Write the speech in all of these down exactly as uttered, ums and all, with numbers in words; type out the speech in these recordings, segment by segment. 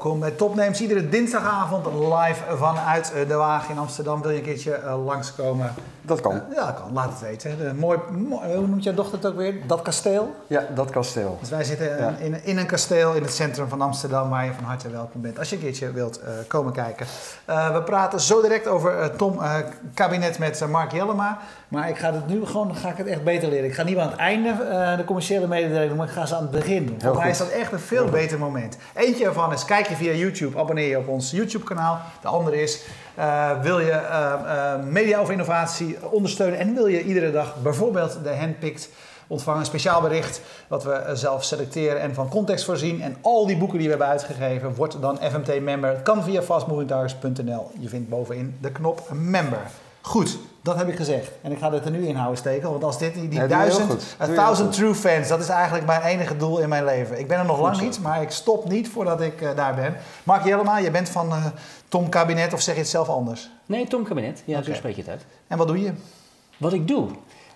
welkom bij Topnames. Iedere dinsdagavond live vanuit de Waag in Amsterdam. Wil je een keertje uh, langskomen? Dat kan. Uh, ja, dat kan. Laat het weten. De mooi, mooi, hoe noemt jouw dochter het ook weer? Dat kasteel? Ja, dat kasteel. Dus wij zitten ja. in, in een kasteel in het centrum van Amsterdam waar je van harte welkom bent. Als je een keertje wilt uh, komen kijken. Uh, we praten zo direct over uh, Tom uh, Kabinet met uh, Mark Jellema. Maar ik ga het nu gewoon, ga ik het echt beter leren. Ik ga niet aan het einde uh, de commerciële mededeling doen, maar ik ga ze aan het begin doen. Volgens mij is dat echt een veel Heel beter goed. moment. Eentje ervan is, kijk je via YouTube, abonneer je op ons YouTube kanaal. De andere is, uh, wil je uh, uh, media of innovatie ondersteunen en wil je iedere dag bijvoorbeeld de handpicked ontvangen, een speciaal bericht wat we zelf selecteren en van context voorzien. En al die boeken die we hebben uitgegeven, wordt dan F M T-member. Het kan via fast moving targets punt n l. Je vindt bovenin de knop member. Goed, dat heb ik gezegd. En ik ga dit er nu in houden steken. Want als dit, die, die ja, duizend, a thousand true fans, dat is eigenlijk mijn enige doel in mijn leven. Ik ben er nog goed lang zo. niet, maar ik stop niet voordat ik uh, daar ben. Mark Jellema, je bent van uh, Tom Kabinet, of zeg je het zelf anders? Nee, Tom Kabinet. Ja, okay. Zo spreek je het uit. En wat doe je? Wat ik doe?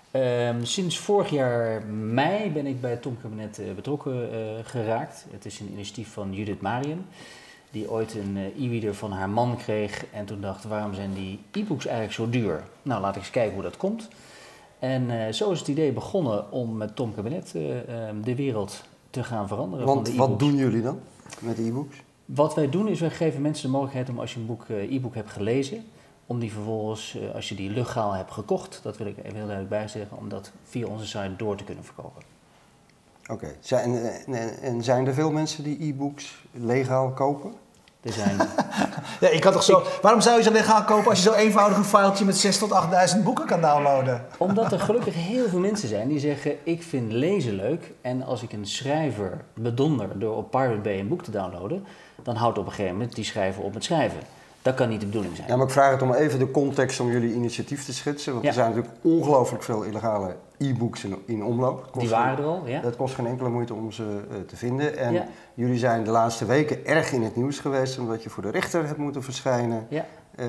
Um, sinds vorig jaar mei ben ik bij Tom Kabinet uh, betrokken uh, geraakt. Het is een initiatief van Judith Marien, die ooit een uh, e-reader van haar man kreeg en toen dacht, waarom zijn die e-books eigenlijk zo duur? Nou, laat ik eens kijken hoe dat komt. En uh, zo is het idee begonnen om met Tom Kabinet uh, uh, de wereld te gaan veranderen. Want van de e-books. Wat doen jullie dan met de e-books? Wat wij doen is, wij geven mensen de mogelijkheid om als je een boek, uh, e-book hebt gelezen, om die vervolgens, uh, als je die legaal hebt gekocht, dat wil ik even heel duidelijk bijzeggen, om dat via onze site door te kunnen verkopen. Oké, okay. zijn, en, en zijn er veel mensen die e-books legaal kopen? Er zijn... ja, ik had toch zo... Ik... Waarom zou je ze legaal kopen als je zo eenvoudig een filetje met zes tot achtduizend boeken kan downloaden? Omdat er gelukkig heel veel mensen zijn die zeggen, ik vind lezen leuk en als ik een schrijver bedonder door op Pirate Bay een boek te downloaden, dan houdt op een gegeven moment die schrijver op met schrijven. Dat kan niet de bedoeling zijn. Ja, maar ik vraag het om even de context om jullie initiatief te schetsen. Want ja. er zijn natuurlijk ongelooflijk veel illegale e-books in, in omloop. Die waren er al, ja. Het kost geen enkele moeite om ze uh, te vinden. En ja. jullie zijn de laatste weken erg in het nieuws geweest, omdat je voor de rechter hebt moeten verschijnen. Ja. Uh,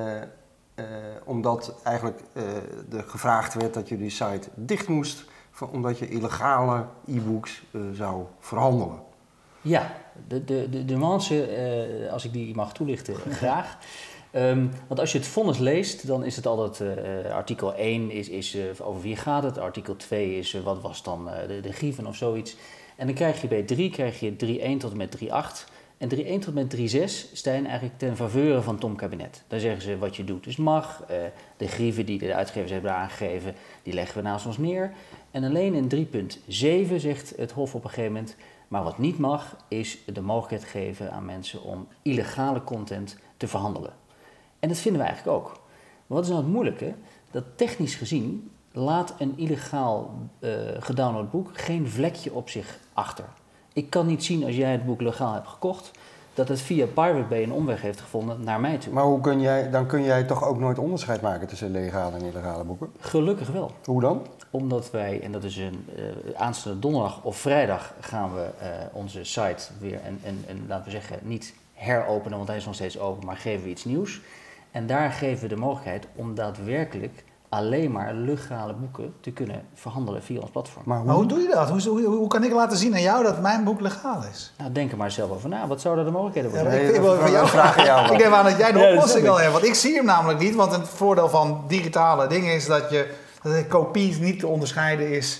uh, omdat eigenlijk uh, er gevraagd werd dat jullie site dicht moest, van, omdat je illegale e-books uh, zou verhandelen. Ja, de, de, de, de nuance, uh, als ik die mag toelichten, graag. Um, want als je het vonnis leest, dan is het altijd, uh, artikel één is, is uh, over wie gaat het, artikel twee is uh, wat was dan uh, de, de grieven of zoiets. En dan krijg je bij drie, krijg je drie één tot en met drie acht. En drie één tot en met drie zes staan eigenlijk ten faveur van Tom Kabinet. Daar zeggen ze wat je doet dus mag, uh, de grieven die de uitgevers hebben aangegeven, die leggen we naast ons neer. En alleen in drie punt zeven zegt het Hof op een gegeven moment, maar wat niet mag, is de mogelijkheid geven aan mensen om illegale content te verhandelen. En dat vinden we eigenlijk ook. Maar wat is nou het moeilijke? Dat technisch gezien laat een illegaal uh, gedownload boek geen vlekje op zich achter. Ik kan niet zien als jij het boek legaal hebt gekocht, dat het via Pirate Bay een omweg heeft gevonden naar mij toe. Maar hoe kun jij, dan kun jij toch ook nooit onderscheid maken tussen legale en illegale boeken? Gelukkig wel. Hoe dan? Omdat wij, en dat is een uh, aanstaande donderdag of vrijdag, gaan we uh, onze site weer, en, en, en laten we zeggen, niet heropenen, want hij is nog steeds open, maar geven we iets nieuws. En daar geven we de mogelijkheid om daadwerkelijk alleen maar legale boeken te kunnen verhandelen via ons platform. Maar hoe, maar hoe doe je dat? Hoe, hoe, hoe kan ik laten zien aan jou dat mijn boek legaal is? Nou, denk er maar zelf over na. Wat zouden de mogelijkheden worden? Ja, ik, ik wil van jou vragen. Jou ik neem aan dat jij de oplossing al hebt. Want ik zie hem namelijk niet. Want het voordeel van digitale dingen is dat je dat de kopie niet te onderscheiden is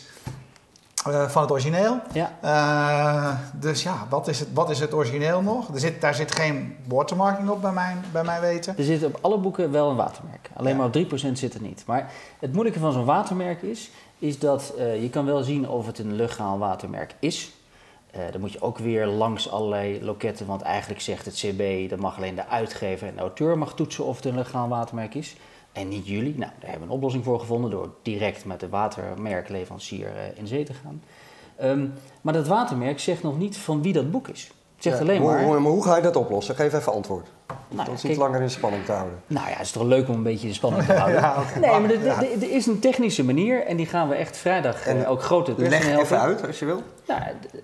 uh, van het origineel. Ja. Uh, dus ja, wat is, het, wat is het origineel nog? Er zit, daar zit geen watermarking op bij mijn, bij mijn weten. Er zit op alle boeken wel een watermerk. Alleen ja. maar op drie procent zit het niet. Maar het moeilijke van zo'n watermerk is, is dat uh, je kan wel zien of het een legaal watermerk is. Uh, dan moet je ook weer langs allerlei loketten, want eigenlijk zegt het C B, dat mag alleen de uitgever en de auteur mag toetsen of het een legaal watermerk is. En niet jullie. Nou, daar hebben we een oplossing voor gevonden door direct met de watermerkleverancier uh, in zee te gaan. Um, maar dat watermerk zegt nog niet van wie dat boek is. Het zegt ja, alleen maar... Hoe, maar hoe ga je dat oplossen? Geef even antwoord. Nou, dat is niet langer in spanning te houden. Nou ja, het is toch leuk om een beetje de spanning te houden. ja, okay. Nee, maar er is een technische manier en die gaan we echt vrijdag en uh, ook grote personeel leg even uit als je wil. Nou,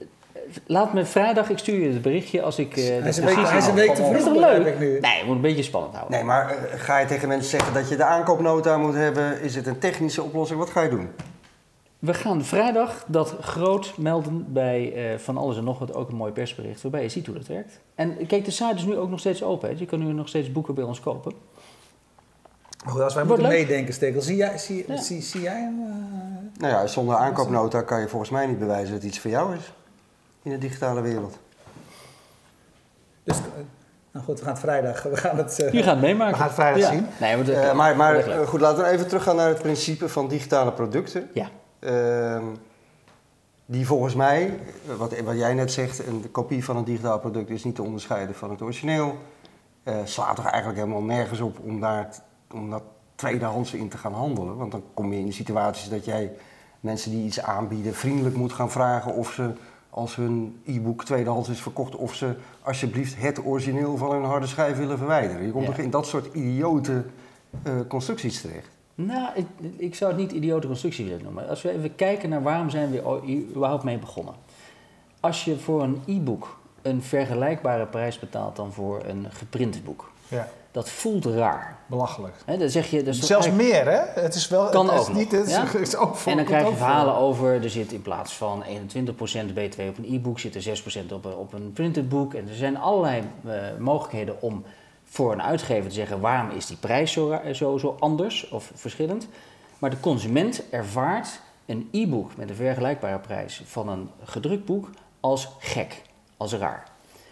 laat me vrijdag, ik stuur je het berichtje als ik... Uh, hij is een week, hij is een week te vroeg, is toch leuk? Nu. Nee, je moet een beetje spannend houden. Nee, maar uh, ga je tegen mensen zeggen dat je de aankoopnota moet hebben? Is het een technische oplossing? Wat ga je doen? We gaan vrijdag dat groot melden bij uh, Van Alles en Nog Wat, ook een mooi persbericht, waarbij je ziet hoe dat werkt. En kijk, de site is nu ook nog steeds open. Hè. Je kan nu nog steeds boeken bij ons kopen. Goed, als wij Wordt moeten leuk. meedenken, Stekel, zie jij, zie, Ja. zie, zie jij hem? Uh... Nou ja, zonder aankoopnota kan je volgens mij niet bewijzen dat iets voor jou is in de digitale wereld. Dus, uh, nou goed, we gaan het vrijdag, we gaan het, uh, Je gaat het meemaken. we gaan het vrijdag Ja. zien. Nee, maar, dat- Uh, maar maar dat is leuk. uh, goed, laten we even teruggaan naar het principe van digitale producten. Ja. Uh, die volgens mij, wat, wat jij net zegt, een kopie van een digitaal product is niet te onderscheiden van het origineel. Uh, slaat toch eigenlijk helemaal nergens op om daar t- om dat tweedehands in te gaan handelen. Want dan kom je in de situaties dat jij mensen die iets aanbieden vriendelijk moet gaan vragen of ze, als hun e-book tweedehands is verkocht, of ze alsjeblieft het origineel van hun harde schijf willen verwijderen. Je komt Ja. toch in dat soort idiote uh, constructies terecht. Nou, ik, ik zou het niet idiote constructie willen noemen. Als we even kijken naar waarom zijn we o- überhaupt mee begonnen. Als je voor een e-book een vergelijkbare prijs betaalt dan voor een geprint boek, Ja, dat voelt raar. belachelijk. Hè, dan zeg je, dat is toch Zelfs eigenlijk- meer, hè? Het is wel. Kan het is ook nog, niet. Het is, ja? het is ook voor, En dan krijg je ook voor. verhalen over, er zit in plaats van eenentwintig procent B T W op een e-book, zit er zes procent op, een- op een printed boek. En er zijn allerlei uh, mogelijkheden om voor een uitgever te zeggen, waarom is die prijs zo, ra- zo, zo anders of verschillend. Maar de consument ervaart een e-book met een vergelijkbare prijs van een gedrukt boek als gek, als raar.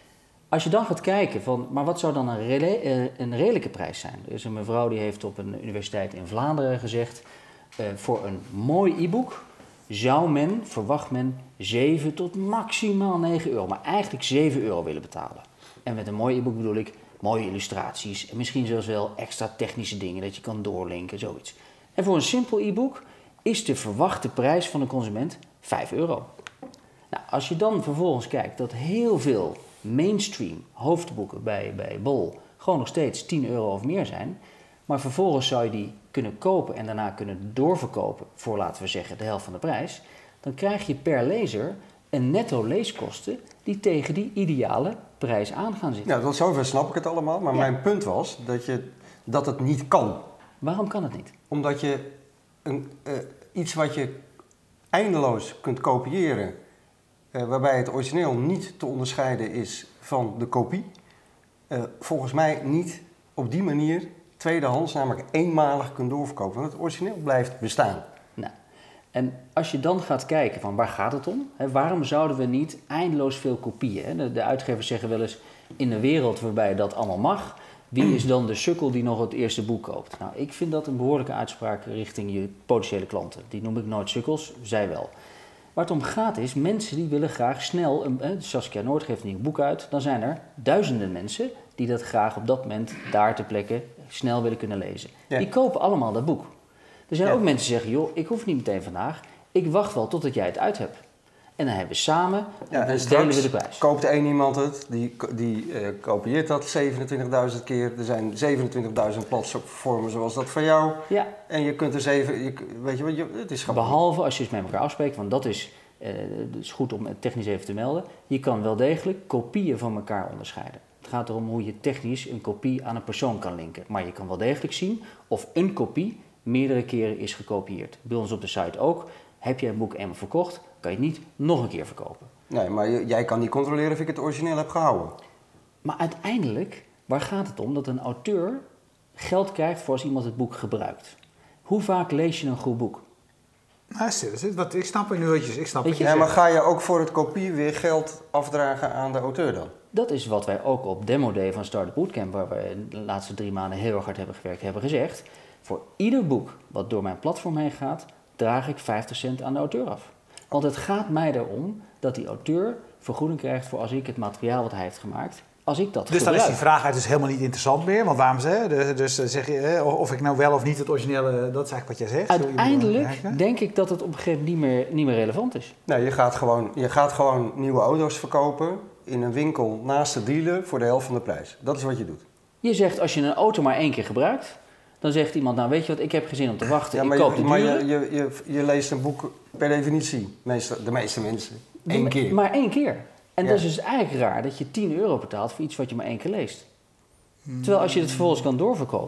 Als je dan gaat kijken van, maar wat zou dan een, rele- uh, een redelijke prijs zijn? Er is een mevrouw die heeft op een universiteit in Vlaanderen gezegd, uh, voor een mooi e-book zou men, verwacht men, zeven tot maximaal negen euro, maar eigenlijk zeven euro willen betalen. En met een mooi e-book bedoel ik mooie illustraties en misschien zelfs wel extra technische dingen dat je kan doorlinken, zoiets. En voor een simpel e-book is de verwachte prijs van de consument vijf euro. Nou, als je dan vervolgens kijkt dat heel veel mainstream hoofdboeken bij, bij Bol gewoon nog steeds tien euro of meer zijn, maar vervolgens zou je die kunnen kopen en daarna kunnen doorverkopen voor, laten we zeggen, de helft van de prijs, dan krijg je per lezer een netto leeskosten die tegen die ideale prijs aan gaan zitten. Nou, tot zover snap ik het allemaal, maar Ja. mijn punt was dat, je, dat het niet kan. Waarom kan het niet? Omdat je een, uh, iets wat je eindeloos kunt kopiëren, uh, waarbij het origineel niet te onderscheiden is van de kopie, uh, volgens mij niet op die manier tweedehands, namelijk eenmalig kunt doorverkopen. Want het origineel blijft bestaan. Nou, en als je dan gaat kijken van waar gaat het om? Hè, waarom zouden we niet eindeloos veel kopieën? Hè? De, de uitgevers zeggen wel eens, in een wereld waarbij dat allemaal mag, wie is dan de sukkel die nog het eerste boek koopt? Nou, ik vind dat een behoorlijke uitspraak richting je potentiële klanten. Die noem ik nooit sukkels, zij wel. Waar het om gaat is, mensen die willen graag snel, een, eh, Saskia Noord geeft een nieuw boek uit, dan zijn er duizenden mensen die dat graag op dat moment, daar ter plekke, snel willen kunnen lezen. Ja. Die kopen allemaal dat boek. Er zijn Ja. ook mensen die zeggen, joh, ik hoef niet meteen vandaag, ik wacht wel totdat jij het uit hebt. En dan hebben we samen, Ja, en delen straks we de prijs. koopt één iemand het, die, die uh, kopieert dat zevenentwintigduizend keer. Er zijn zevenentwintigduizend platformen zoals dat van jou. Ja, En je kunt er zeven, je, weet je wat, je, het is gewoon... behalve als je het met elkaar afspreekt, want dat is, eh, dat is goed om het technisch even te melden. Je kan wel degelijk kopieën van elkaar onderscheiden. Het gaat erom hoe je technisch een kopie aan een persoon kan linken. Maar je kan wel degelijk zien of een kopie meerdere keren is gekopieerd. Bij ons op de site ook. Heb je een boek eenmaal verkocht, kan je het niet nog een keer verkopen. Nee, maar je- jij kan niet controleren of ik het origineel heb gehouden. Maar uiteindelijk, waar gaat het om? Dat een auteur geld krijgt voor als iemand het boek gebruikt. Hoe vaak lees je een goed boek? Nou, serieus, dat, ik snap het nu uitjes. Ik snap Weet het. je, Ja, maar ga je ook voor het kopie weer geld afdragen aan de auteur dan? Dat is wat wij ook op Demo Day van Startup Bootcamp, waar we de laatste drie maanden heel erg hard hebben gewerkt, hebben gezegd. Voor ieder boek wat door mijn platform heen gaat, draag ik vijftig cent aan de auteur af. Want het gaat mij erom dat die auteur vergoeding krijgt voor als ik het materiaal wat hij heeft gemaakt, als ik dat Dus dan gebruik. is die vraag uit dus helemaal niet interessant meer. Want waarom ze, dus, dus zeg je, hè, of ik nou wel of niet het originele, dat is eigenlijk wat jij zegt. Zo je moet Uiteindelijk kijken. denk ik dat het op een gegeven moment niet meer, niet meer relevant is. Nee, je gaat, gewoon, je gaat gewoon nieuwe auto's verkopen in een winkel naast de dealer voor de helft van de prijs. Dat is wat je doet. Je zegt als je een auto maar één keer gebruikt, dan zegt iemand, nou weet je wat, ik heb geen zin om te wachten, Ja, ik maar, koop je, de maar dure. je, je, je, je leest een boek per definitie, meestal, de meeste mensen, Die- één keer. Maar één keer. En Ja. dat is dus eigenlijk raar dat je tien euro betaalt voor iets wat je maar één keer leest. Terwijl als je het vervolgens kan doorverkopen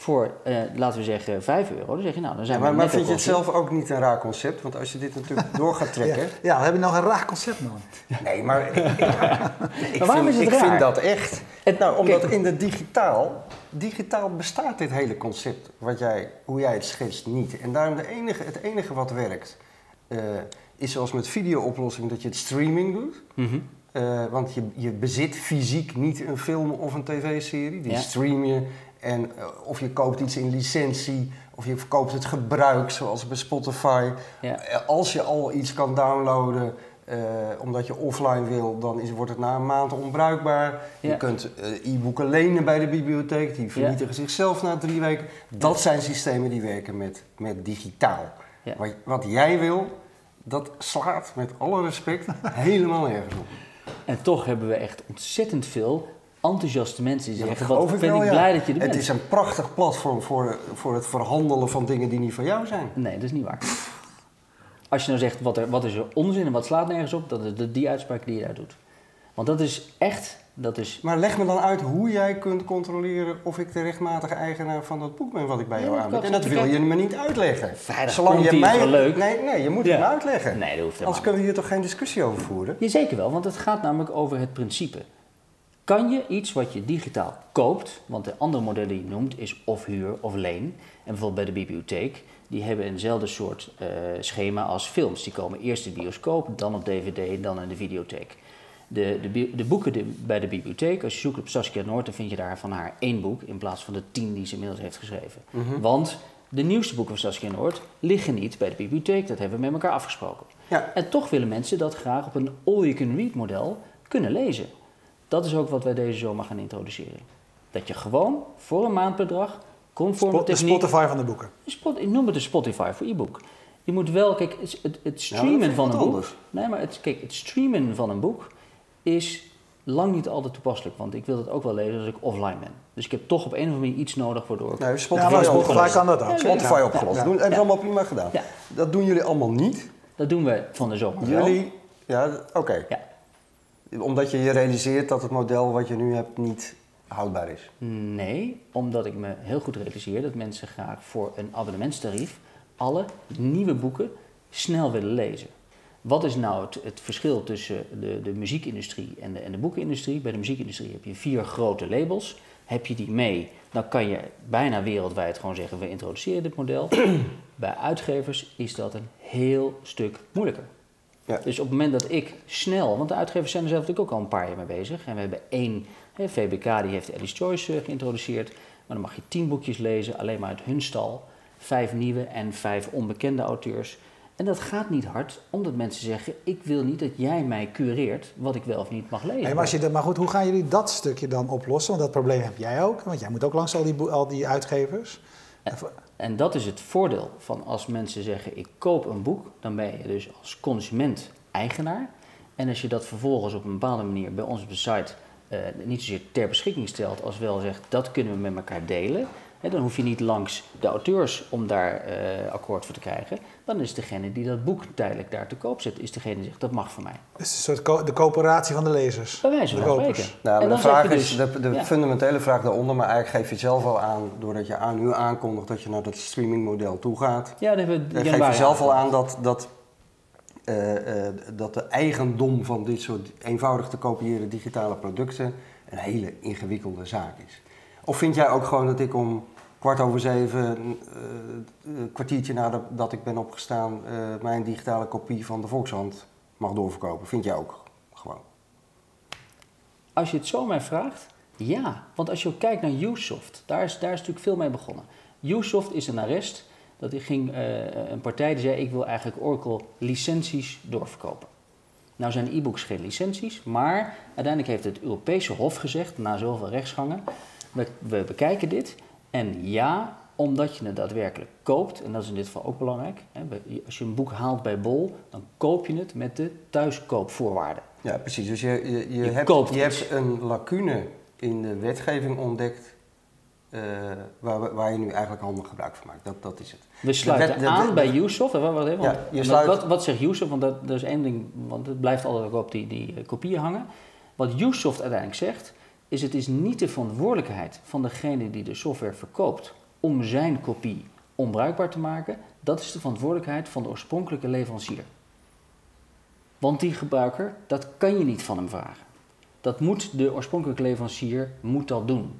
voor, uh, laten we zeggen, vijf euro. Dan zeg je, nou, dan zijn ja, we Maar, maar net vind je ook het al- zelf ook niet een raar concept? Want als je dit natuurlijk door gaat trekken... Ja, ja, we hebben nog een raar concept, man. Nee, maar ik, ik, ik, waarom vind, is het ik raar? vind dat echt... Het- nou, omdat kijk- in de digitaal... Digitaal bestaat dit hele concept, wat jij, hoe jij het schetst, niet. En daarom de enige, het enige wat werkt... Uh, is zoals met video-oplossing dat je het streaming doet. Mhm. Uh, want je, je bezit fysiek niet een film of een tv-serie. Die Ja. stream je. En uh, of je koopt iets in licentie, of je verkoopt het gebruik, zoals bij Spotify. Ja. Uh, als je al iets kan downloaden, uh, omdat je offline wil, dan is, wordt het na een maand onbruikbaar. Ja. Je kunt uh, e-boeken lenen bij de bibliotheek, die vernietigen Ja. zichzelf na drie weken. Dat Ja. zijn systemen die werken met, met digitaal. Ja. Wat, wat jij wil, dat slaat met alle respect helemaal nergens op. En toch hebben we echt ontzettend veel enthousiaste mensen die Ja, dat zeggen, wat geloof ben ik wel, ik ja. blij dat je er bent. Het is een prachtig platform voor, voor het verhandelen van dingen die niet van jou zijn. Nee, dat is niet waar. Als je nou zegt, wat, er, wat is er onzin en wat slaat nergens op, dat is de, die uitspraak die je daar doet. Want dat is echt, dat is... Maar leg me dan uit hoe jij kunt controleren of ik de rechtmatige eigenaar van dat boek ben wat ik bij Ja, jou dat aanbied. kan. En dat wil Kijk. je me niet uitleggen. Vrijdag Zolang komt je hij, mij... is wel leuk. Nee, nee, je moet Ja. het me uitleggen. Nee, dat hoeft helemaal Anders kunnen we hier toch geen discussie over voeren? Ja, zeker wel, want het gaat namelijk over het principe. Kan je iets wat je digitaal koopt, want de andere modellen die je noemt is of huur of leen. En bijvoorbeeld bij de bibliotheek, die hebben eenzelfde soort uh, schema als films. Die komen eerst in de bioscoop, dan op D V D, dan in de videotheek. De, de, bi- de boeken de, bij de bibliotheek, als je zoekt op Saskia Noord, dan vind je daar van haar één boek in plaats van de tien die ze inmiddels heeft geschreven. Mhm. Want de nieuwste boeken van Saskia Noord liggen niet bij de bibliotheek, dat hebben we met elkaar afgesproken. Ja. En toch willen mensen dat graag op een all-you-can-read model kunnen lezen. Dat is ook wat wij deze zomer gaan introduceren. Dat je gewoon voor een maandbedrag, conform Spot- de de techniek... Spotify van de boeken. Spot, ik noem het de Spotify voor e-book. Je moet wel, kijk, het, het, het Ja, dat streamen vind ik van wat een boek... anders. Nee, maar het, kijk, het streamen van een boek is lang niet altijd toepasselijk. Want ik wil het ook wel lezen als ik offline ben. Dus ik heb toch op een of andere manier iets nodig waardoor ik... Nee, Ja, Spotify, maar opgelost. Spotify kan dat ook. Ja, Spotify Ja. opgelost. Ja. Doen, hebben ze Ja. allemaal prima gedaan. Ja. Dat doen jullie allemaal niet. Dat doen we van de zomer wel. Jullie... Ja, oké. Okay. Ja. Omdat je je realiseert dat het model wat je nu hebt niet houdbaar is. Nee, omdat ik me heel goed realiseer dat mensen graag voor een abonnementstarief alle nieuwe boeken snel willen lezen. Wat is nou het, het verschil tussen de, de muziekindustrie en de, en de boekenindustrie? Bij de muziekindustrie heb je vier grote labels. Heb je die mee, dan kan je bijna wereldwijd gewoon zeggen, we introduceren dit model. Bij uitgevers is dat een heel stuk moeilijker. Ja. Dus op het moment dat ik snel, want de uitgevers zijn er zelf natuurlijk ook al een paar jaar mee bezig. En we hebben één, hè, V B K die heeft Alice Choice uh, geïntroduceerd. Maar dan mag je tien boekjes lezen, alleen maar uit hun stal. Vijf nieuwe en vijf onbekende auteurs. En dat gaat niet hard, omdat mensen zeggen, ik wil niet dat jij mij cureert wat ik wel of niet mag lezen. Nee, maar, als je dat, maar goed, hoe gaan jullie dat stukje dan oplossen? Want dat probleem heb jij ook. Want jij moet ook langs al die, boe- al die uitgevers. En dat is het voordeel van als mensen zeggen, ik koop een boek, dan ben je dus als consument eigenaar. En als je dat vervolgens op een bepaalde manier bij ons op de site uh, niet zozeer ter beschikking stelt, als wel zegt, dat kunnen we met elkaar delen. Hè, dan hoef je niet langs de auteurs om daar uh, akkoord voor te krijgen. Dan is degene die dat boek tijdelijk daar te koop zet, is degene die zegt, dat mag voor mij. Het is een soort co- de coöperatie van de lezers. Bij wijze de van kopers. spreken. Nou, maar En de dan zeg vraag je is, dus- de, de ja. fundamentele vraag daaronder, maar eigenlijk geef je het zelf al aan, doordat je aan nu aankondigt dat je naar dat streamingmodel toe gaat. Ja, dat hebben we Dan geef je zelf al aan dat, dat, uh, uh, dat de eigendom van dit soort eenvoudig te kopiëren digitale producten een hele ingewikkelde zaak is. Of vind jij ook gewoon dat ik om kwart over zeven, uh, een kwartiertje nadat dat ik ben opgestaan, uh, mijn digitale kopie van de Volkshand mag doorverkopen? Vind jij ook gewoon? Als je het zo mij vraagt, ja. Want als je ook kijkt naar Usoft, daar is, daar is natuurlijk veel mee begonnen. Usoft is een arrest. Dat ging uh, een partij die zei, ik wil eigenlijk Oracle licenties doorverkopen. Nou zijn e-books geen licenties, maar uiteindelijk heeft het Europese Hof gezegd, na zoveel rechtsgangen, we, we bekijken dit. En ja, omdat je het daadwerkelijk koopt, en dat is in dit geval ook belangrijk. Hè, als je een boek haalt bij Bol, dan koop je het met de thuiskoopvoorwaarden. Ja, precies. Dus je, je, je, Je hebt, koopt je iets. hebt een lacune in de wetgeving ontdekt uh, waar, waar je nu eigenlijk handig gebruik van maakt. Dat, dat is het. We sluiten de wet- de- aan de- bij Usoft. Wat, wat, wat, Ja, je wat, sluit- wat, wat zegt Usoft? Want dat, dat is één ding, want het blijft altijd ook op die, die uh, kopieën hangen. Wat Usoft uiteindelijk zegt, is het is niet de verantwoordelijkheid van degene die de software verkoopt om zijn kopie onbruikbaar te maken, dat is de verantwoordelijkheid van de oorspronkelijke leverancier. Want die gebruiker, dat kan je niet van hem vragen. Dat moet de oorspronkelijke leverancier moet dat doen.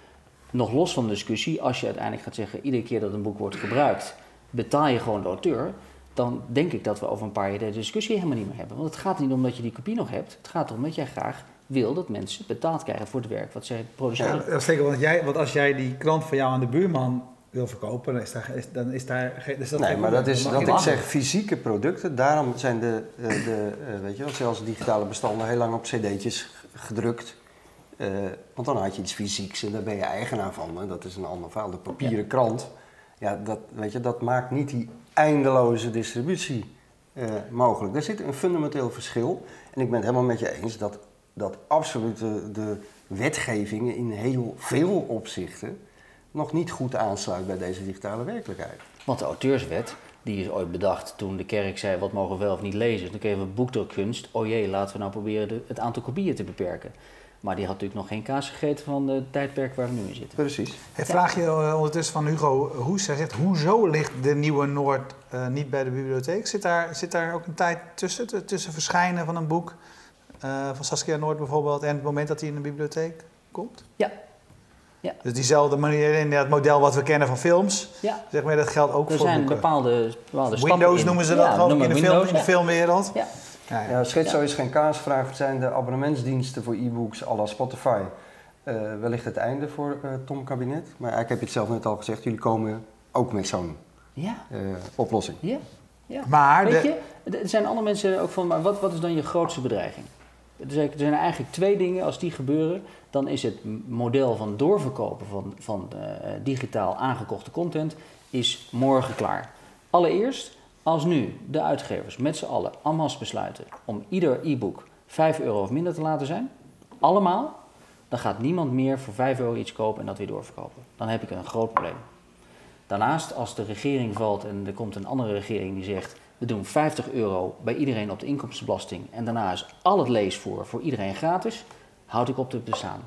Nog los van de discussie, als je uiteindelijk gaat zeggen, iedere keer dat een boek wordt gebruikt, betaal je gewoon de auteur, dan denk ik dat we over een paar jaar de discussie helemaal niet meer hebben. Want het gaat niet om dat je die kopie nog hebt, het gaat erom dat jij graag wil dat mensen betaald krijgen voor het werk wat zij produceren. Ja, dat is zeker, want, jij, want als jij die krant van jou aan de buurman wil verkopen, dan is daar, is, dan is daar geen... Is dat nee, geen maar dat is mag dat je ik lachen. zeg fysieke producten. Daarom zijn de, uh, de uh, weet je wel, zelfs digitale bestanden heel lang op cd'tjes gedrukt. Uh, want dan had je iets fysieks en daar ben je eigenaar van. En dat is een ander verhaal. De papieren ja. krant, ja, dat, weet je, dat maakt niet die eindeloze distributie uh, mogelijk. Daar zit een fundamenteel verschil. En ik ben het helemaal met je eens dat, dat absoluut de, de wetgeving in heel veel opzichten nog niet goed aansluit bij deze digitale werkelijkheid. Want de auteurswet, die is ooit bedacht toen de kerk zei wat mogen we wel of niet lezen. Dus dan kregen we boekdrukkunst. Oh jee, laten we nou proberen de, het aantal kopieën te beperken. Maar die had natuurlijk nog geen kaas gegeten van het tijdperk waar we nu in zitten. Precies. Hey, vraag je uh, ondertussen van Hugo Hoes. Hij zegt, hoezo ligt de Nieuwe Noord uh, niet bij de bibliotheek? Zit daar, zit daar ook een tijd tussen, t- tussen verschijnen van een boek uh, van Saskia Noord bijvoorbeeld en het moment dat hij in de bibliotheek komt? Ja. Ja. Dus diezelfde manier in het model wat we kennen van films, ja. zeg maar, dat geldt ook er voor zijn boeken. bepaalde, bepaalde Windows in. noemen ze dat ja, gewoon in, de Windows, film, in de ja. filmwereld. Ja. Ja, ja. Ja, Schetzo Ja. is geen kaasvraag. Het zijn de abonnementsdiensten voor e-books à la Spotify. Uh, wellicht het einde voor uh, Tom Kabinet. Maar ik heb je het zelf net al gezegd. Jullie komen ook met zo'n Ja. uh, oplossing. Ja. Ja. Maar Weet de... je, er zijn andere mensen ook van, maar wat, wat is dan je grootste bedreiging? Er zijn eigenlijk twee dingen, als die gebeuren, dan is het model van doorverkopen van, van uh, digitaal aangekochte content is morgen klaar. Allereerst, als nu de uitgevers met z'n allen en masse besluiten om ieder e-book vijf euro of minder te laten zijn, allemaal, dan gaat niemand meer voor vijf euro iets kopen en dat weer doorverkopen. Dan heb ik een groot probleem. Daarnaast, als de regering valt en er komt een andere regering die zegt, we doen vijftig euro bij iedereen op de inkomstenbelasting en daarna is al het leesvoer voor iedereen gratis, houd ik op te bestaan.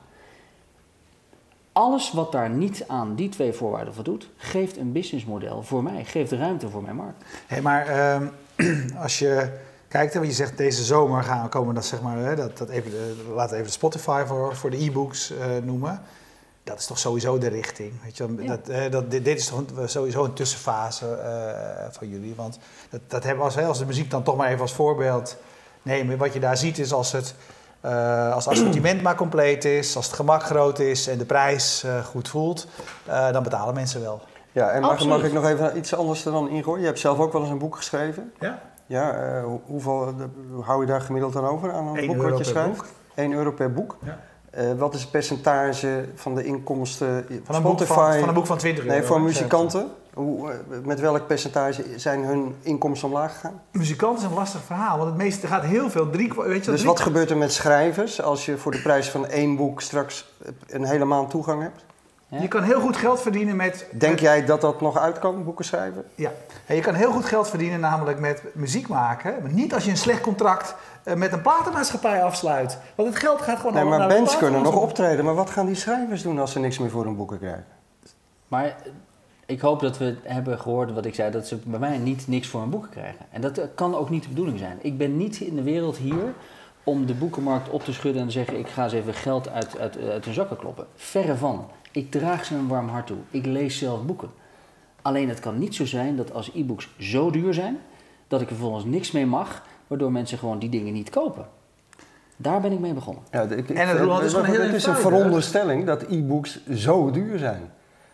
Alles wat daar niet aan die twee voorwaarden voldoet, geeft een businessmodel voor mij, geeft ruimte voor mijn markt. Hey, maar uh, als je kijkt, want je zegt deze zomer gaan we komen, dat zeg maar, hè, dat, dat even, uh, laten we even de Spotify voor, voor de e-books uh, noemen. Dat is toch sowieso de richting. Weet je? Ja. Dat, uh, dat, dit, dit is toch een, sowieso een tussenfase uh, van jullie. Want dat, dat hebben we als, als de muziek dan toch maar even als voorbeeld nemen. Wat je daar ziet is als het, uh, als het assortiment maar compleet is, als het gemak groot is en de prijs uh, goed voelt, uh, dan betalen mensen wel. Ja, en mag, mag ik nog even iets anders er dan ingooien? Je hebt zelf ook wel eens een boek geschreven. Ja. Ja, uh, hoeveel hoe hou je daar gemiddeld aan over aan een boek wat je schrijft? Boek. één euro per boek. Ja. Uh, wat is het percentage van de inkomsten van een Spotify? Boek van, van een boek van twintig euro. Nee, voor muzikanten. Hoe, met welk percentage zijn hun inkomsten omlaag gegaan? Muzikanten is een lastig verhaal, want het meeste gaat heel veel. Drie, weet je, dus drie... wat gebeurt er met schrijvers als je voor de prijs van één boek straks een hele maand toegang hebt? Ja. Je kan heel goed geld verdienen met... Denk met... jij dat dat nog uit kan, boeken schrijven? Ja, en je kan heel goed geld verdienen namelijk met muziek maken. Maar niet als je een slecht contract uh, met een platenmaatschappij afsluit. Want het geld gaat gewoon... Nee, maar naar bands kunnen nog optreden. Maar wat gaan die schrijvers doen als ze niks meer voor hun boeken krijgen? Maar ik hoop dat we hebben gehoord wat ik zei, dat ze bij mij niet niks voor hun boeken krijgen. En dat kan ook niet de bedoeling zijn. Ik ben niet in de wereld hier om de boekenmarkt op te schudden en te zeggen, ik ga eens even geld uit, uit, uit hun zakken kloppen. Verre van. Ik draag ze een warm hart toe. Ik lees zelf boeken. Alleen het kan niet zo zijn dat als e-books zo duur zijn, dat ik er vervolgens niks mee mag, waardoor mensen gewoon die dingen niet kopen. Daar ben ik mee begonnen. Ja, de, ik, en het, het, is, het, het is een veronderstelling dat e-books zo duur zijn.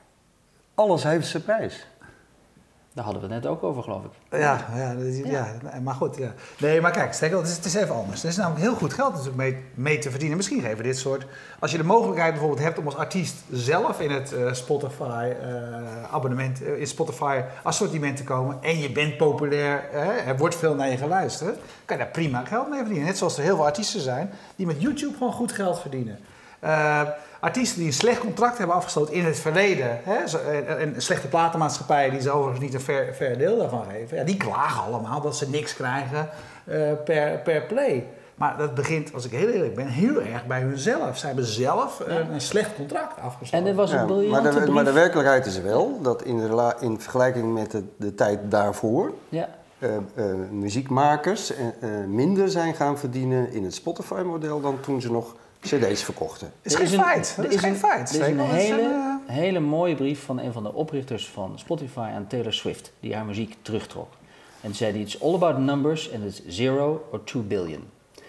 Alles heeft zijn prijs. Daar hadden we het net ook over, geloof ik. Ja, ja, ja. ja maar goed. Ja. Nee, maar kijk, Stekel, het is, het is even anders. Er is namelijk heel goed geld natuurlijk mee, mee te verdienen. Misschien geven dit soort... Als je de mogelijkheid bijvoorbeeld hebt om als artiest zelf in het uh, Spotify uh, abonnement, uh, in Spotify assortiment te komen en je bent populair, uh, er wordt veel naar je geluisterd, kan je daar prima geld mee verdienen. Net zoals er heel veel artiesten zijn die met YouTube gewoon goed geld verdienen. Uh, artiesten die een slecht contract hebben afgesloten in het verleden, hè, en slechte platenmaatschappijen die ze overigens niet een fair, fair deel daarvan geven, ja, die klagen allemaal dat ze niks krijgen uh, per, per play. Maar dat begint, als ik heel eerlijk ben, heel erg bij hunzelf. Zij hebben zelf Ja. een, een slecht contract afgesloten. En er was een Ja, maar, briljante de, brief. maar de werkelijkheid is wel dat in, de rela- in vergelijking met de, de tijd daarvoor... Ja. Uh, uh, muziekmakers uh, uh, minder zijn gaan verdienen in het Spotify-model dan toen ze nog cd's verkochten. Het is Er geen is een- feit. Dat er is is geen een- feit. Er is een Dat is hele, een, eh, hele mooie brief van een van de oprichters van Spotify aan Taylor Swift, die haar muziek terugtrok. En zei die, it's all about numbers and it's zero or two billion.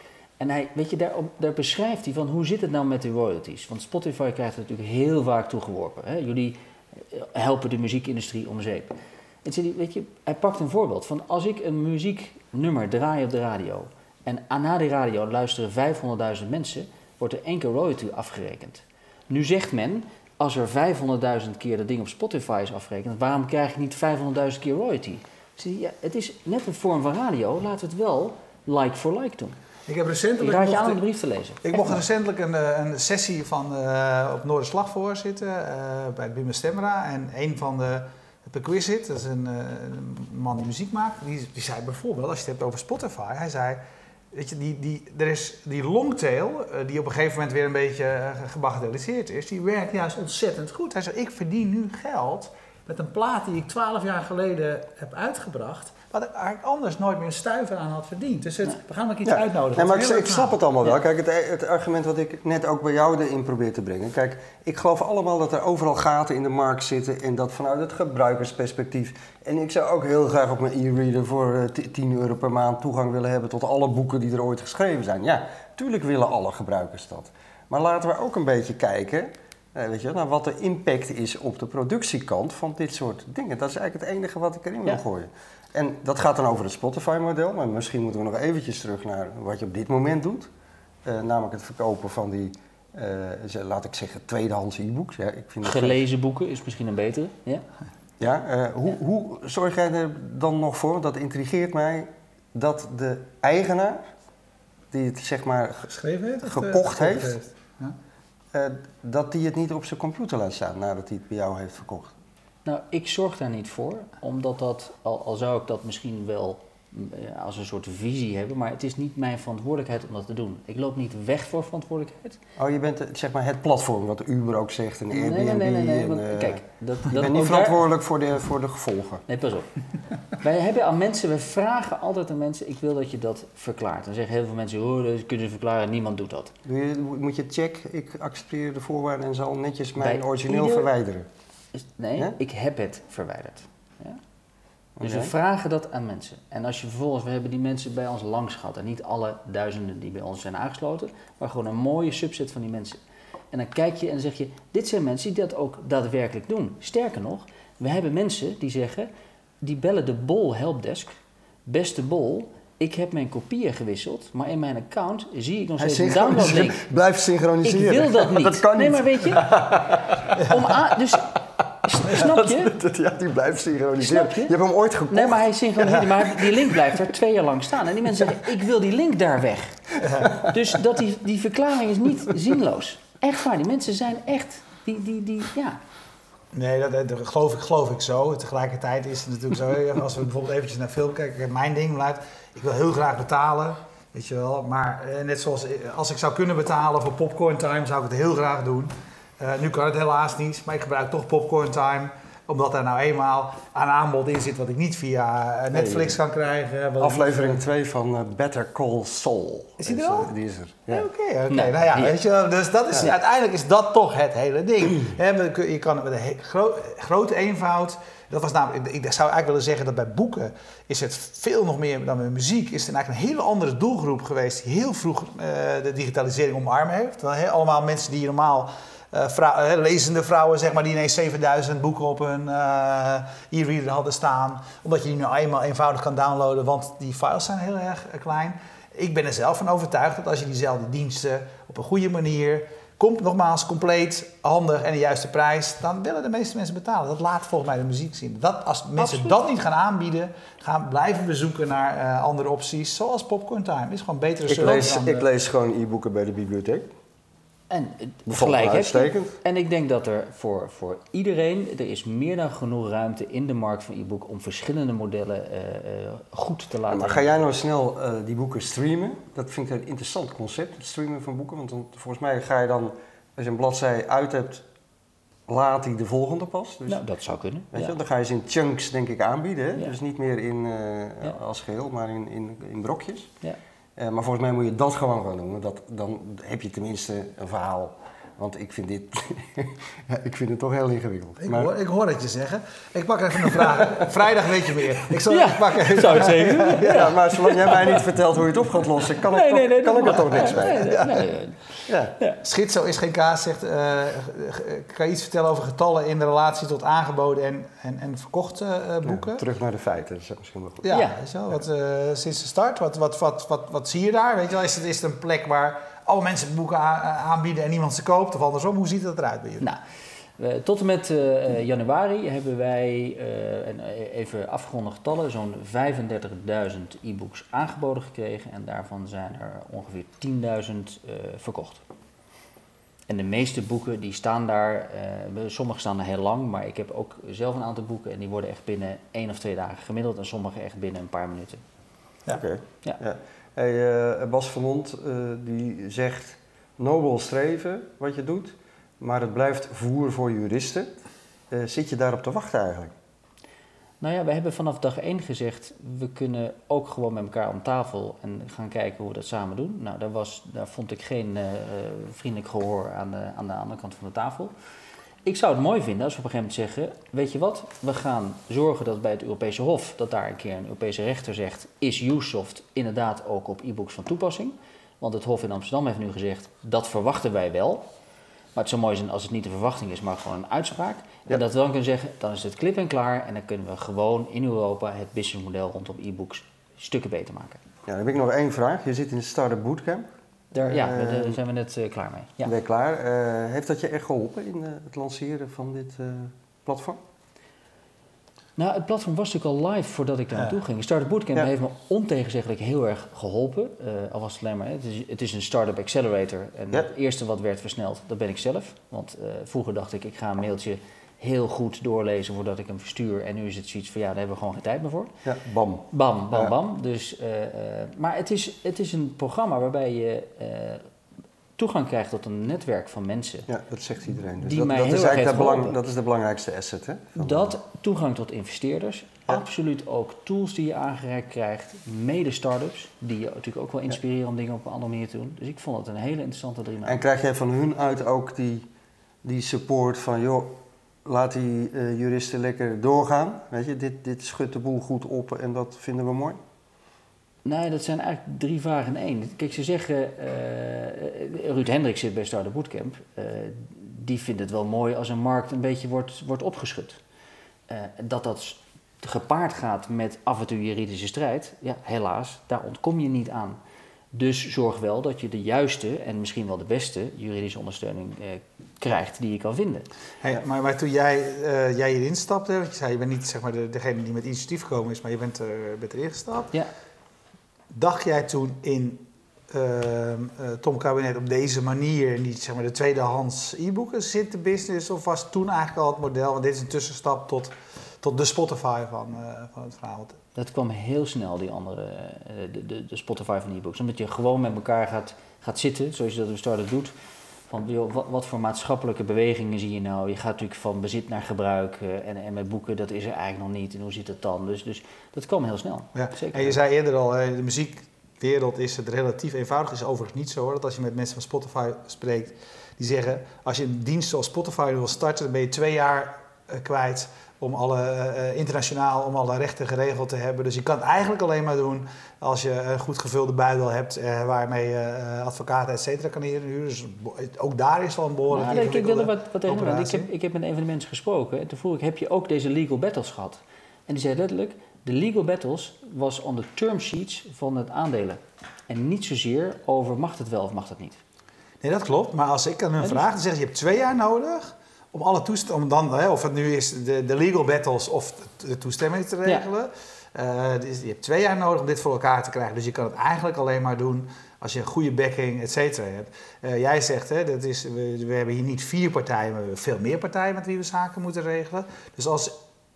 En hij, weet je, daar, daar beschrijft hij van hoe zit het nou met de royalties? Want Spotify krijgt er natuurlijk heel vaak toegeworpen. Hè? Jullie helpen de muziekindustrie om zeep. En zei hij, weet je, hij pakt een voorbeeld van als ik een muzieknummer draai op de radio en na die radio luisteren vijfhonderdduizend mensen, wordt er één keer royalty afgerekend. Nu zegt men, als er vijfhonderdduizend keer dat ding op Spotify is afgerekend, waarom krijg ik niet vijfhonderdduizend keer royalty? Dus ja, het is net een vorm van radio, laten we het wel like for like doen. Ik heb Ik recentelijk... raad je mocht aan om ik- de brief te lezen. Ik Echt mocht waar. recentelijk een, eh, een sessie van, uh, op Noorderslag voorzitten, uh, bij Bimmer Stemra. En een van de Perquisite, dat is een, uh, een man die muziek maakt, die, die zei bijvoorbeeld, als je het hebt over Spotify, hij zei, weet je, die, die, er is die longtail, uh, die op een gegeven moment weer een beetje uh, gebagatelliseerd is, die werkt juist ontzettend goed. Hij zei, ik verdien nu geld met een plaat die ik twaalf jaar geleden heb uitgebracht, wat ik eigenlijk anders nooit meer een stuiver aan had verdiend. Dus het, we gaan ook iets Ja. uitnodigen. Nee, maar Dat ik, is een ik heel snap leuk het allemaal wel. Ja. Kijk, het, het argument wat ik net ook bij jou erin probeer te brengen. Kijk, ik geloof allemaal dat er overal gaten in de markt zitten en dat vanuit het gebruikersperspectief. En ik zou ook heel graag op mijn e-reader voor uh, tien euro per maand toegang willen hebben tot alle boeken die er ooit geschreven zijn. Ja, tuurlijk willen alle gebruikers dat. Maar laten we ook een beetje kijken, uh, weet je, naar wat de impact is op de productiekant van dit soort dingen. Dat is eigenlijk het enige wat ik erin wil Ja. gooien. En dat gaat dan over het Spotify-model, maar misschien moeten we nog eventjes terug naar wat je op dit moment doet. Uh, namelijk het verkopen van die, uh, laat ik zeggen, tweedehands e-books. Ja, ik vind dat Gelezen boeken is misschien een betere. Ja? ja, uh, hoe, hoe zorg jij er dan nog voor, want dat intrigeert mij, dat de eigenaar, die het zeg maar geschreven heeft, of, gekocht uh, heeft, Ja. uh, dat die het niet op zijn computer laat staan nadat hij het bij jou heeft verkocht? Nou, ik zorg daar niet voor, omdat dat, al, al zou ik dat misschien wel eh, als een soort visie hebben, maar het is niet mijn verantwoordelijkheid om dat te doen. Ik loop niet weg voor verantwoordelijkheid. Oh, je bent uh, zeg maar het platform, wat Uber ook zegt, en Airbnb. Nee, nee, nee, nee, nee, en, want, uh, kijk, dat, je dat bent niet ook verantwoordelijk voor, de, voor de gevolgen. Daar, nee, pas op. Wij hebben aan mensen, we vragen altijd aan mensen, ik wil dat je dat verklaart. Dan zeggen heel veel mensen, oh, dat kunnen ze verklaren, niemand doet dat. Doe je, moet je check, ik accepteer de voorwaarden en zal netjes mijn Bij origineel ieder- verwijderen. Is- Nee, Ja? ik heb het verwijderd. Ja? Dus Oké. we vragen dat aan mensen. En als je vervolgens, we hebben die mensen bij ons langs gehad. En niet alle duizenden die bij ons zijn aangesloten, maar gewoon een mooie subset van die mensen. En dan kijk je en dan zeg je, dit zijn mensen die dat ook daadwerkelijk doen. Sterker nog, we hebben mensen die zeggen, die bellen de Bol helpdesk. Beste Bol, ik heb mijn kopieën gewisseld, maar in mijn account zie ik nog Hij steeds een downloadlink. synchroniseert- blijft synchroniseren. Ik wil dat niet. Dat kan nee, niet. maar weet je, om aan, dus snap je? Dat- ja, die blijft synchroniseren. Snap je? hebt hem ooit gekocht. Nee, maar hij synchroniseert, maar die link blijft er twee jaar lang staan. En die mensen zeggen, ik wil die link daar weg. Dus dat die, die verklaring is niet zinloos. Echt waar, die mensen zijn echt, die, die, die, ja. Nee, dat, dat geloof, ik, geloof ik zo. Tegelijkertijd is het natuurlijk zo, als we bijvoorbeeld eventjes naar film kijken, mijn ding blijft, ik wil heel graag betalen, weet je wel. Maar eh, net zoals, eh, als ik zou kunnen betalen voor Popcorn Time, zou ik het heel graag doen. Uh, nu kan het helaas niet, maar ik gebruik toch Popcorn Time, omdat er nou eenmaal aan aanbod in zit wat ik niet via uh, Netflix kan krijgen. Wat Aflevering twee van uh, Better Call Saul. Is die er uh, al? Die is er. Ja. Ja. Oké, oké. Nee, Nou ja, hier. weet je wel, dus dat is, Ja. uiteindelijk is dat toch het hele ding. He, we kun- je kan het met een he- gro- grote eenvoud, dat was namelijk, ik, ik zou eigenlijk willen zeggen dat bij boeken is het veel nog meer dan bij muziek, is het eigenlijk een hele andere doelgroep geweest die heel vroeg uh, de digitalisering omarmen heeft. Wel, he, allemaal mensen die normaal Uh, vrou- uh, lezende vrouwen, zeg maar, die ineens zevenduizend boeken op hun uh, e-reader hadden staan. Omdat je die nu eenmaal eenvoudig kan downloaden, want die files zijn heel erg uh, klein. Ik ben er zelf van overtuigd dat als je diezelfde diensten op een goede manier, komt nogmaals compleet, handig en de juiste prijs, dan willen de meeste mensen betalen. Dat laat volgens mij de muziek zien. Dat, als mensen Absoluut. dat niet gaan aanbieden, gaan blijven we zoeken naar uh, andere opties, zoals Popcorn Time. Is gewoon betere Ik, service lees, dan de- ik lees gewoon e-boeken bij de bibliotheek. En Bevalt gelijk me heb je. uitstekend. En ik denk dat er voor, voor iedereen, er is meer dan genoeg ruimte in de markt van e-book om verschillende modellen uh, uh, goed te laten. Maar ga jij nou snel uh, die boeken streamen? Dat vind ik een interessant concept, het streamen van boeken. Want dan, volgens mij ga je dan, als je een bladzij uit hebt, laat die de volgende pas. Dus, nou, dat zou kunnen. Weet ja. je, dan ga je ze in chunks denk ik aanbieden. Hè? Ja. Dus niet meer in, uh, ja. als geheel, maar in, in, in brokjes. Ja. Uh, maar volgens mij moet je dat gewoon gaan doen. Dat, dan heb je tenminste een verhaal. Want ik vind dit, ja, ik vind het toch heel ingewikkeld. Ik, maar, hoor, ik hoor het je zeggen. Ik pak even een vraag. Vrijdag weet je meer. Ik zal Ja, ik pak even. zou ik zeker doen. ja, ja, maar zolang jij mij niet vertelt hoe je het op gaat lossen, kan, Nee, ik, nee, toch, nee, kan dat ik er mag. toch niks mee. Nee, nee, nee, nee. Ja. Ja. Schizo is geen kaas, zegt. Uh, kan je iets vertellen over getallen in de relatie tot aangeboden en, en, en verkochte uh, boeken? Ja, terug naar de feiten, dat is misschien wel goed. Ja, Ja. weet je wel, wat, uh, sinds de start, wat, wat, wat, wat, wat zie je daar? Weet je wel, is het, is het een plek waar alle mensen boeken aanbieden en niemand ze koopt? Of andersom, hoe ziet dat eruit bij jullie? Nou, uh, tot en met uh, januari hebben wij, uh, en even afgeronde getallen, zo'n vijfendertigduizend e-books aangeboden gekregen. En daarvan zijn er ongeveer tienduizend uh, verkocht. En de meeste boeken die staan daar, uh, sommige staan er heel lang, maar ik heb ook zelf een aantal boeken en die worden echt binnen één of twee dagen gemiddeld en sommige echt binnen een paar minuten. Ja. Oké. Okay. Ja. Ja. Hey, uh, Bas Vermond uh, die zegt, nobel streven wat je doet, maar het blijft voer voor juristen. Uh, zit je daarop te wachten eigenlijk? Nou ja, we hebben vanaf dag één gezegd, we kunnen ook gewoon met elkaar om tafel en gaan kijken hoe we dat samen doen. Nou, daar, was, daar vond ik geen uh, vriendelijk gehoor aan de, aan de andere kant van de tafel. Ik zou het mooi vinden als we op een gegeven moment zeggen, weet je wat, we gaan zorgen dat bij het Europese Hof, dat daar een keer een Europese rechter zegt, is Usesoft inderdaad ook op e-books van toepassing? Want het Hof in Amsterdam heeft nu gezegd, dat verwachten wij wel. Maar het zou mooi zijn als het niet een verwachting is, maar gewoon een uitspraak. Ja. En dat we dan kunnen zeggen, dan is het klip en klaar. En dan kunnen we gewoon in Europa het businessmodel rondom e-books stukken beter maken. Ja, dan heb ik nog één vraag. Je zit in de Startup Bootcamp. Daar, ja, uh, daar zijn we net uh, klaar mee. Ja. Ben je klaar? Uh, heeft dat je echt geholpen in uh, het lanceren van dit uh, platform? Nou, het platform was natuurlijk al live voordat ik daar naartoe ja. ging. Startup Bootcamp ja. heeft me ontegenzeggelijk heel erg geholpen. Uh, al was het alleen maar, het is, het is een startup accelerator. En ja. het eerste wat werd versneld, dat ben ik zelf. Want uh, vroeger dacht ik, ik ga een mailtje heel goed doorlezen voordat ik hem verstuur. En nu is het zoiets van, ja, daar hebben we gewoon geen tijd meer voor. Ja, bam. Bam, bam, ja. bam. Dus, uh, uh, maar het is, het is een programma waarbij je uh, toegang krijgt tot een netwerk van mensen. Ja, dat zegt iedereen. Dus die dat, mij dat heel is erg eigenlijk de, heeft belang, dat is de belangrijkste asset, hè? Dat, toegang tot investeerders. Ja. Absoluut ook tools die je aangereikt krijgt. Mede start-ups, die je natuurlijk ook wel inspireren ja. om dingen op een andere manier te doen. Dus ik vond het een hele interessante drie maanden. En krijg jij van hun uit ook die, die support van, joh, laat die uh, juristen lekker doorgaan. Weet je, dit, dit schudt de boel goed op en dat vinden we mooi. Nee, dat zijn eigenlijk drie vragen in één. Kijk, ze zeggen, uh, Ruud Hendricks zit bij Startup Bootcamp. Uh, die vindt het wel mooi als een markt een beetje wordt, wordt opgeschud. Uh, dat dat gepaard gaat met af en toe juridische strijd, ja, helaas, daar ontkom je niet aan. Dus zorg wel dat je de juiste en misschien wel de beste juridische ondersteuning eh, krijgt die je kan vinden. Hey, maar, maar toen jij, uh, jij hierin stapte, want je zei je bent niet zeg maar, de, degene die met initiatief gekomen is, maar je bent, er, bent erin gestapt. Ja. Dacht jij toen in uh, uh, Tom Kabinet op deze manier, niet zeg maar de tweedehands e-boeken zit de business, of was toen eigenlijk al het model, want dit is een tussenstap tot, tot de Spotify van, uh, van het verhaal? Dat kwam heel snel, die andere, de, de, de Spotify van e-books. Omdat je gewoon met elkaar gaat, gaat zitten, zoals je dat in Startup doet. Van, joh, wat, wat voor maatschappelijke bewegingen zie je nou? Je gaat natuurlijk van bezit naar gebruik. Uh, en, en met boeken, dat is er eigenlijk nog niet. En hoe zit het dan? Dus, dus dat kwam heel snel. Ja. Zeker. En je zei eerder al, de muziekwereld is het relatief eenvoudig. Is overigens niet zo hoor. Dat als je met mensen van Spotify spreekt, die zeggen, als je een dienst zoals Spotify wil starten, dan ben je twee jaar uh, kwijt om alle uh, internationaal, om alle rechten geregeld te hebben. Dus je kan het eigenlijk alleen maar doen als je een goed gevulde buidel hebt, uh, waarmee je uh, advocaten et cetera kan inhuren. Dus ook daar is al een behoorlijk nou, ik wilde wat, wat even doen. Ik heb, ik heb met een van de mensen gesproken en toen vroeg ik, heb je ook deze legal battles gehad? En die zei letterlijk, de legal battles was on the term sheets van het aandelen. En niet zozeer over mag het wel of mag het niet. Nee, dat klopt. Maar als ik aan hun vraag, dan zeggen ze, je hebt twee jaar nodig om alle toestemming, om dan, hè, of het nu is de, de legal battles of de toestemming te regelen. Uh, dus je hebt twee jaar nodig om dit voor elkaar te krijgen. Dus je kan het eigenlijk alleen maar doen als je een goede backing, et cetera hebt. Uh, jij zegt, hè, dat is, we, we hebben hier niet vier partijen, maar we hebben veel meer partijen met wie we zaken moeten regelen. Dus als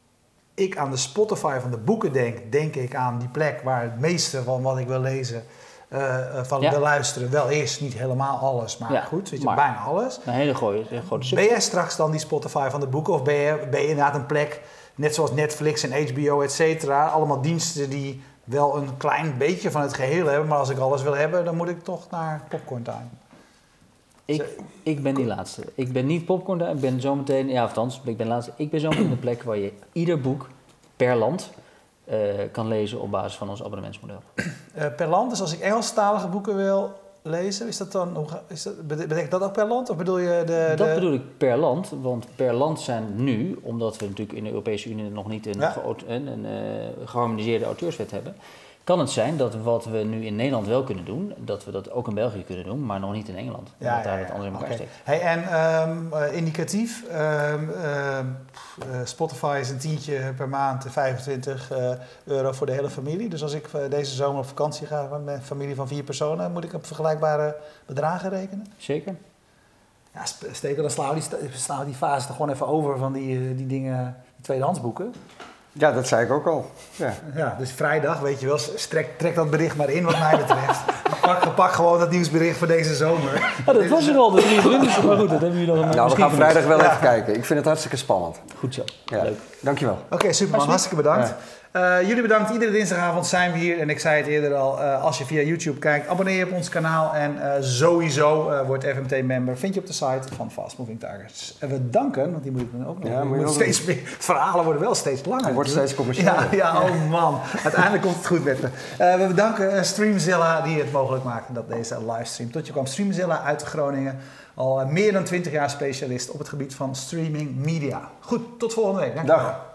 ik aan de Spotify van de boeken denk, denk ik aan die plek waar het meeste van wat ik wil lezen, uh, van ja. wil luisteren, wel is. Niet helemaal alles, maar ja, goed, weet je, maar bijna alles. Een hele grote, een grote stuk. Ben jij straks dan die Spotify van de boeken of ben je, ben je inderdaad een plek, net zoals Netflix en H B O, et cetera, allemaal diensten die wel een klein beetje van het geheel hebben, maar als ik alles wil hebben, dan moet ik toch naar Popcorn Time. Ik, ik ben die laatste. Ik ben niet Popcorn Time, ik ben zometeen, ja, althans, ik ben laatste. Ik ben zometeen de plek waar je ieder boek per land uh, kan lezen op basis van ons abonnementsmodel. Uh, per land, dus als ik Engelstalige boeken wil lezen, is dat dan, hoe, is dat, betekent dat ook per land? Of bedoel je de, dat de... bedoel ik per land, want per land zijn nu, omdat we natuurlijk in de Europese Unie nog niet een, ja. een, een, een geharmoniseerde auteurswet hebben, kan het zijn dat wat we nu in Nederland wel kunnen doen, dat we dat ook in België kunnen doen, maar nog niet in Engeland. Ja, omdat daar ja, ja. het anders in elkaar okay. steekt. Hey, en um, uh, indicatief, um, uh, Spotify is een tientje per maand, vijfentwintig uh, euro voor de hele familie. Dus als ik uh, deze zomer op vakantie ga met een familie van vier personen, moet ik op vergelijkbare bedragen rekenen? Zeker. Ja, steken, dan slaan we die, slaan we die fase toch gewoon even over van die, die dingen, die tweedehandsboeken. Ja, dat zei ik ook al. Ja, ja dus vrijdag, weet je wel, strek, trek dat bericht maar in wat mij betreft. pak, pak gewoon dat nieuwsbericht voor deze zomer. Ja, dat was er al, de drieëntwintigste, maar goed, dat hebben jullie nog een Nou, we gaan vrijdag wel ja. even kijken. Ik vind het hartstikke spannend. Goed zo, ja. leuk. Dankjewel. Oké, okay, superman, hartstikke bedankt. Ja. Uh, jullie bedankt, iedere dinsdagavond zijn we hier. En ik zei het eerder al, uh, als je via YouTube kijkt, abonneer je op ons kanaal. En uh, sowieso uh, word F M T-member. Vind je op de site van Fast Moving Targets. En we danken, want die moet ik dan ook nog. Ja, moet je steeds meer, het verhalen worden wel steeds langer. Het wordt steeds commerciëler. Ja, ja, oh man. Uiteindelijk komt het goed met me. Uh, we bedanken uh, Streamzilla die het mogelijk maakte dat deze livestream tot je kwam. Streamzilla uit Groningen. Al uh, meer dan twintig jaar specialist op het gebied van streaming media. Goed, tot volgende week. Dank je wel. Dag.